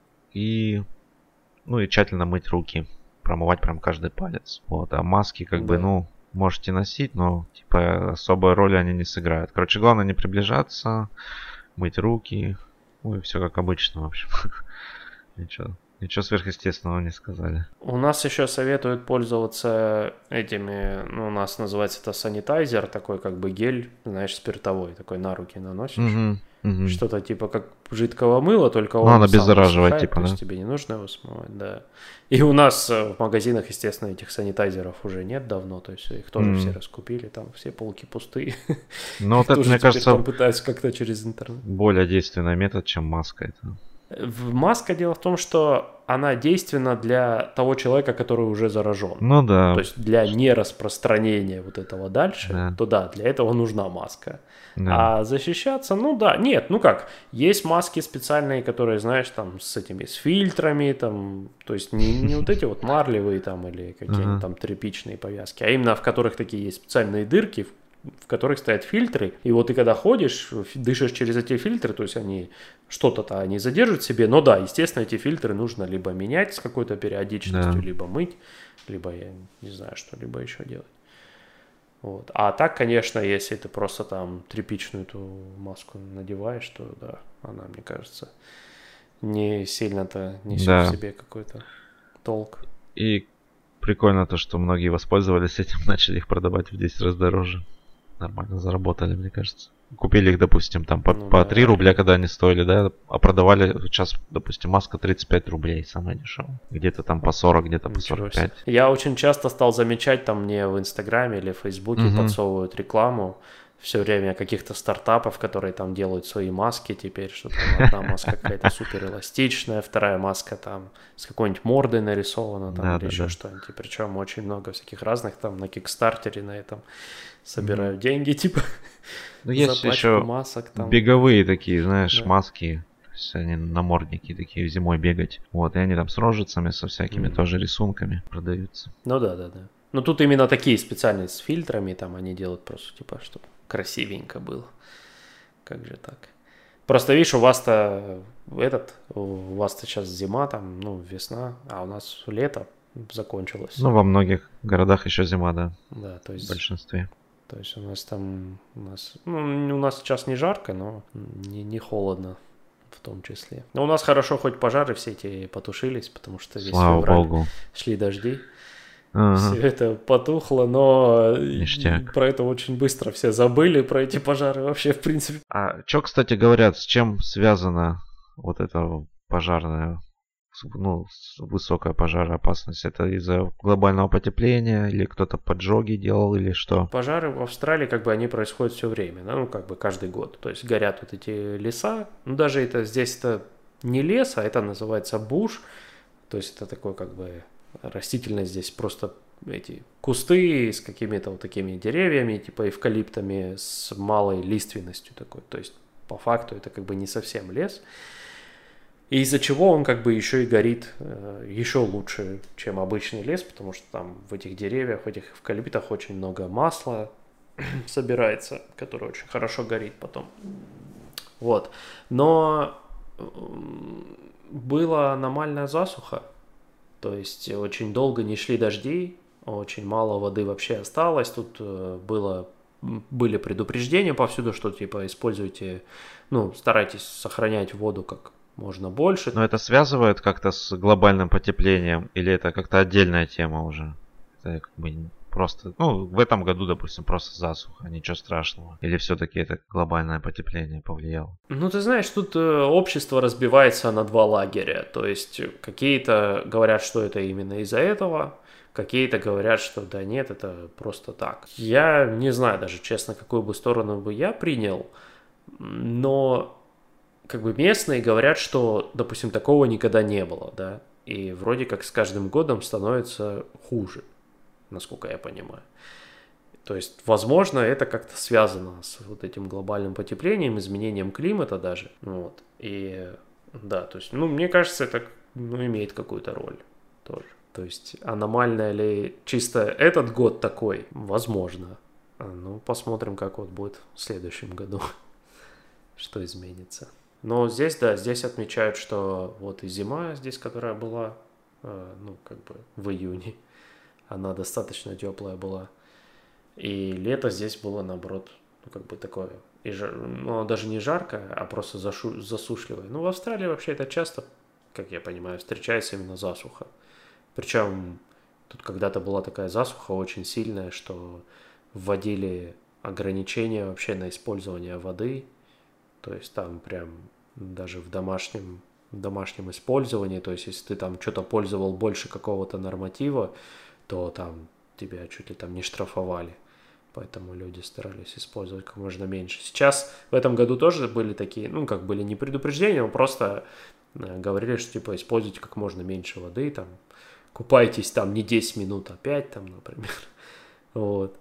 [SPEAKER 2] И, ну, и тщательно мыть руки. Промывать прям каждый палец. Вот. А маски, как да. бы, ну, можете носить, но, типа, особой роли они не сыграют. Короче, главное не приближаться, мыть руки. Ну, и все как обычно, в общем. Ничего. Ничего сверхъестественного не сказали.
[SPEAKER 1] У нас еще советуют пользоваться этими, ну, у нас называется это санитайзер, такой как бы гель, знаешь, спиртовой, такой на руки наносишь.
[SPEAKER 2] Угу, угу.
[SPEAKER 1] Что-то типа как жидкого мыла, только
[SPEAKER 2] он
[SPEAKER 1] ну,
[SPEAKER 2] сам обеззараживает, типа,
[SPEAKER 1] то
[SPEAKER 2] да?
[SPEAKER 1] есть тебе не нужно его смывать, да. И у нас в магазинах, естественно, этих санитайзеров уже нет давно, то есть их тоже mm. все раскупили, там все полки пустые.
[SPEAKER 2] Ну, вот это, мне кажется,
[SPEAKER 1] пытаются как-то через интернет.
[SPEAKER 2] Более действенный метод, чем маска это.
[SPEAKER 1] Маска, дело в том, что она действенна для того человека, который уже заражен.
[SPEAKER 2] Ну да.
[SPEAKER 1] То есть для нераспространения вот этого дальше, да. то да, для этого нужна маска. Да. А защищаться, ну да, нет, ну как, есть маски специальные, которые, знаешь, там с этими, с фильтрами, там, то есть не, не вот эти вот марлевые там или какие-нибудь там тряпичные повязки, а именно в которых такие есть специальные дырки, в которых стоят фильтры, и вот ты когда ходишь, дышишь через эти фильтры, то есть они что-то-то они задержат в себе, но да, естественно, эти фильтры нужно либо менять с какой-то периодичностью, да. либо мыть, либо, я не знаю, что, либо еще делать. Вот. А так, конечно, если ты просто там тряпичную эту маску надеваешь, то да, она, мне кажется, не сильно-то несет да. в себе какой-то толк.
[SPEAKER 2] И прикольно то, что многие воспользовались этим, начали их продавать в десять раз дороже. Нормально заработали, мне кажется. Купили их, допустим, там по, ну, по да, три рубля, когда они стоили, да, а продавали сейчас, допустим, маска тридцать пять рублей, самая дешевая. Где-то там по сорок, где-то по сорок пять.
[SPEAKER 1] Я очень часто стал замечать, там мне в Инстаграме или в Фейсбуке угу. подсовывают рекламу все время каких-то стартапов, которые там делают свои маски теперь, что там одна маска какая-то супер эластичная, вторая маска там с какой-нибудь мордой нарисована там, да, или да, еще да. что-нибудь. И причем очень много всяких разных там на Кикстартере на этом собирают mm-hmm. деньги, типа
[SPEAKER 2] ну, есть еще
[SPEAKER 1] масок там.
[SPEAKER 2] Беговые такие, знаешь, да. маски, то есть они намордники такие зимой бегать. Вот, и они там с рожицами, со всякими mm-hmm. тоже рисунками продаются.
[SPEAKER 1] Ну да, да, да. Но тут именно такие специальные с фильтрами, там они делают просто типа, чтобы красивенько было. Как же так? Просто видишь, у вас-то этот, у вас-то сейчас зима, там, ну, весна, а у нас лето закончилось.
[SPEAKER 2] Ну, во многих городах еще зима, да.
[SPEAKER 1] Да, то есть...
[SPEAKER 2] В большинстве.
[SPEAKER 1] То есть у нас там, у нас, ну, у нас сейчас не жарко, но не, не холодно в том числе. Но у нас хорошо, хоть пожары все эти потушились, потому что весь
[SPEAKER 2] Слава
[SPEAKER 1] февраль
[SPEAKER 2] богу.
[SPEAKER 1] шли дожди.
[SPEAKER 2] Ага.
[SPEAKER 1] Все это потухло, но
[SPEAKER 2] Ништяк.
[SPEAKER 1] про это очень быстро все забыли, про эти пожары вообще, в принципе.
[SPEAKER 2] А что, кстати, говорят, с чем связана вот эта пожарная, ну, высокая пожароопасность? Это из-за глобального потепления или кто-то поджоги делал или что?
[SPEAKER 1] Пожары в Австралии, как бы, они происходят все время, да, ну, как бы каждый год. То есть горят вот эти леса, ну, даже это здесь это не лес, а это называется буш, то есть это такой, как бы, растительность здесь просто эти кусты с какими-то вот такими деревьями, типа эвкалиптами, с малой лиственностью такой. То есть по факту это как бы не совсем лес. И из-за чего он как бы еще и горит э, еще лучше, чем обычный лес, потому что там в этих деревьях, в этих эвкалиптах очень много масла собирается, которое очень хорошо горит потом. Вот. Но была аномальная засуха. То есть очень долго не шли дожди, очень мало воды вообще осталось. Тут было, были предупреждения повсюду, что типа используйте, ну, старайтесь сохранять воду как можно больше.
[SPEAKER 2] Но это связывает как-то с глобальным потеплением или это как-то отдельная тема уже? Это как бы просто, ну, в этом году, допустим, просто засуха, ничего страшного. Или все-таки это глобальное потепление повлияло?
[SPEAKER 1] Ну, ты знаешь, тут э, общество разбивается на два лагеря. То есть какие-то говорят, что это именно из-за этого, какие-то говорят, что да нет, это просто так. Я не знаю даже, честно, какую бы сторону бы я принял, но как бы местные говорят, что, допустим, такого никогда не было, да, и вроде как с каждым годом становится хуже, насколько я понимаю. То есть, возможно, это как-то связано с вот этим глобальным потеплением, изменением климата даже. Вот. И да, то есть, ну, мне кажется, это, ну, имеет какую-то роль тоже. То есть, аномальная ли чисто этот год такой? Возможно. Ну, посмотрим, как вот будет в следующем году, что изменится. Но здесь, да, здесь отмечают, что вот и зима здесь, которая была, ну, как бы в июне, она достаточно теплая была. И лето здесь было, наоборот, ну, как бы такое, и жар... ну, даже не жаркое, а просто зашу... засушливое. Ну, в Австралии вообще это часто, как я понимаю, встречается именно засуха. Причем тут когда-то была такая засуха очень сильная, что вводили ограничения вообще на использование воды. То есть там прям даже в домашнем, в домашнем использовании, то есть если ты там что-то пользовал больше какого-то норматива, то там тебя чуть ли там не штрафовали. Поэтому люди старались использовать как можно меньше. Сейчас в этом году тоже были такие, ну, как были не предупреждения, но просто говорили, что типа используйте как можно меньше воды, там, купайтесь там не десять минут, а пять, там, например. Вот.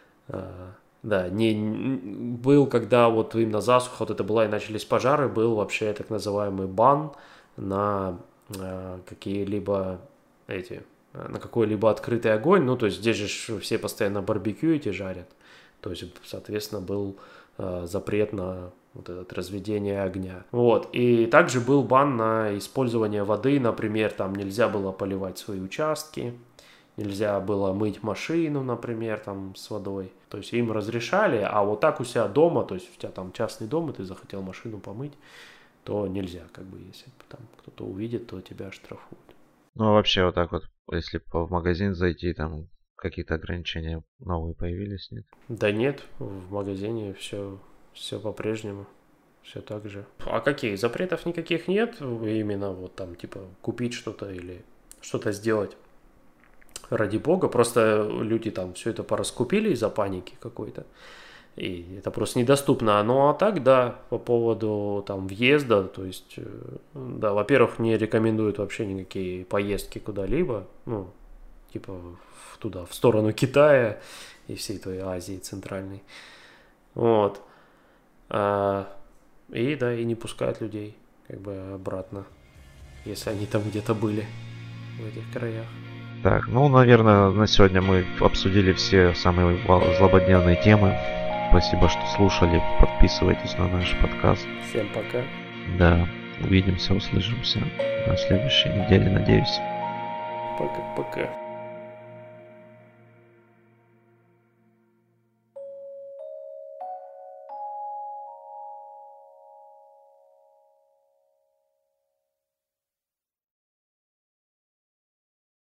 [SPEAKER 1] Да, не, был, когда вот именно засуха вот это была и начались пожары, был вообще так называемый бан на э, какие-либо эти, на какой-либо открытый огонь, ну, то есть здесь же все постоянно барбекю эти жарят, то есть, соответственно, был э, запрет на вот это разведение огня. Вот, и также был бан на использование воды, например, там нельзя было поливать свои участки, нельзя было мыть машину, например, там с водой. То есть им разрешали, а вот так у себя дома, то есть у тебя там частный дом, и ты захотел машину помыть, то нельзя, как бы, если там кто-то увидит, то тебя штрафуют.
[SPEAKER 2] Ну, а вообще вот так вот, если в магазин зайти, там какие-то ограничения новые появились, нет?
[SPEAKER 1] Да нет, в магазине все, все по-прежнему, все так же. А каких? Запретов никаких нет, именно вот там, типа, купить что-то или что-то сделать. Ради бога, просто люди там все это пораскупили из-за паники какой-то, и это просто недоступно. Ну, а так, да, по поводу там въезда, то есть, да, во-первых, не рекомендуют вообще никакие поездки куда-либо, ну, типа в, туда, в сторону Китая и всей той Азии центральной, вот, а, и, да, и не пускают людей, как бы, обратно, если они там где-то были в этих краях.
[SPEAKER 2] Так, ну, наверное, на сегодня мы обсудили все самые злободневные темы. Спасибо, что слушали. Подписывайтесь на наш подкаст.
[SPEAKER 1] Всем пока.
[SPEAKER 2] Да, увидимся, услышимся на следующей неделе, надеюсь.
[SPEAKER 1] Пока-пока.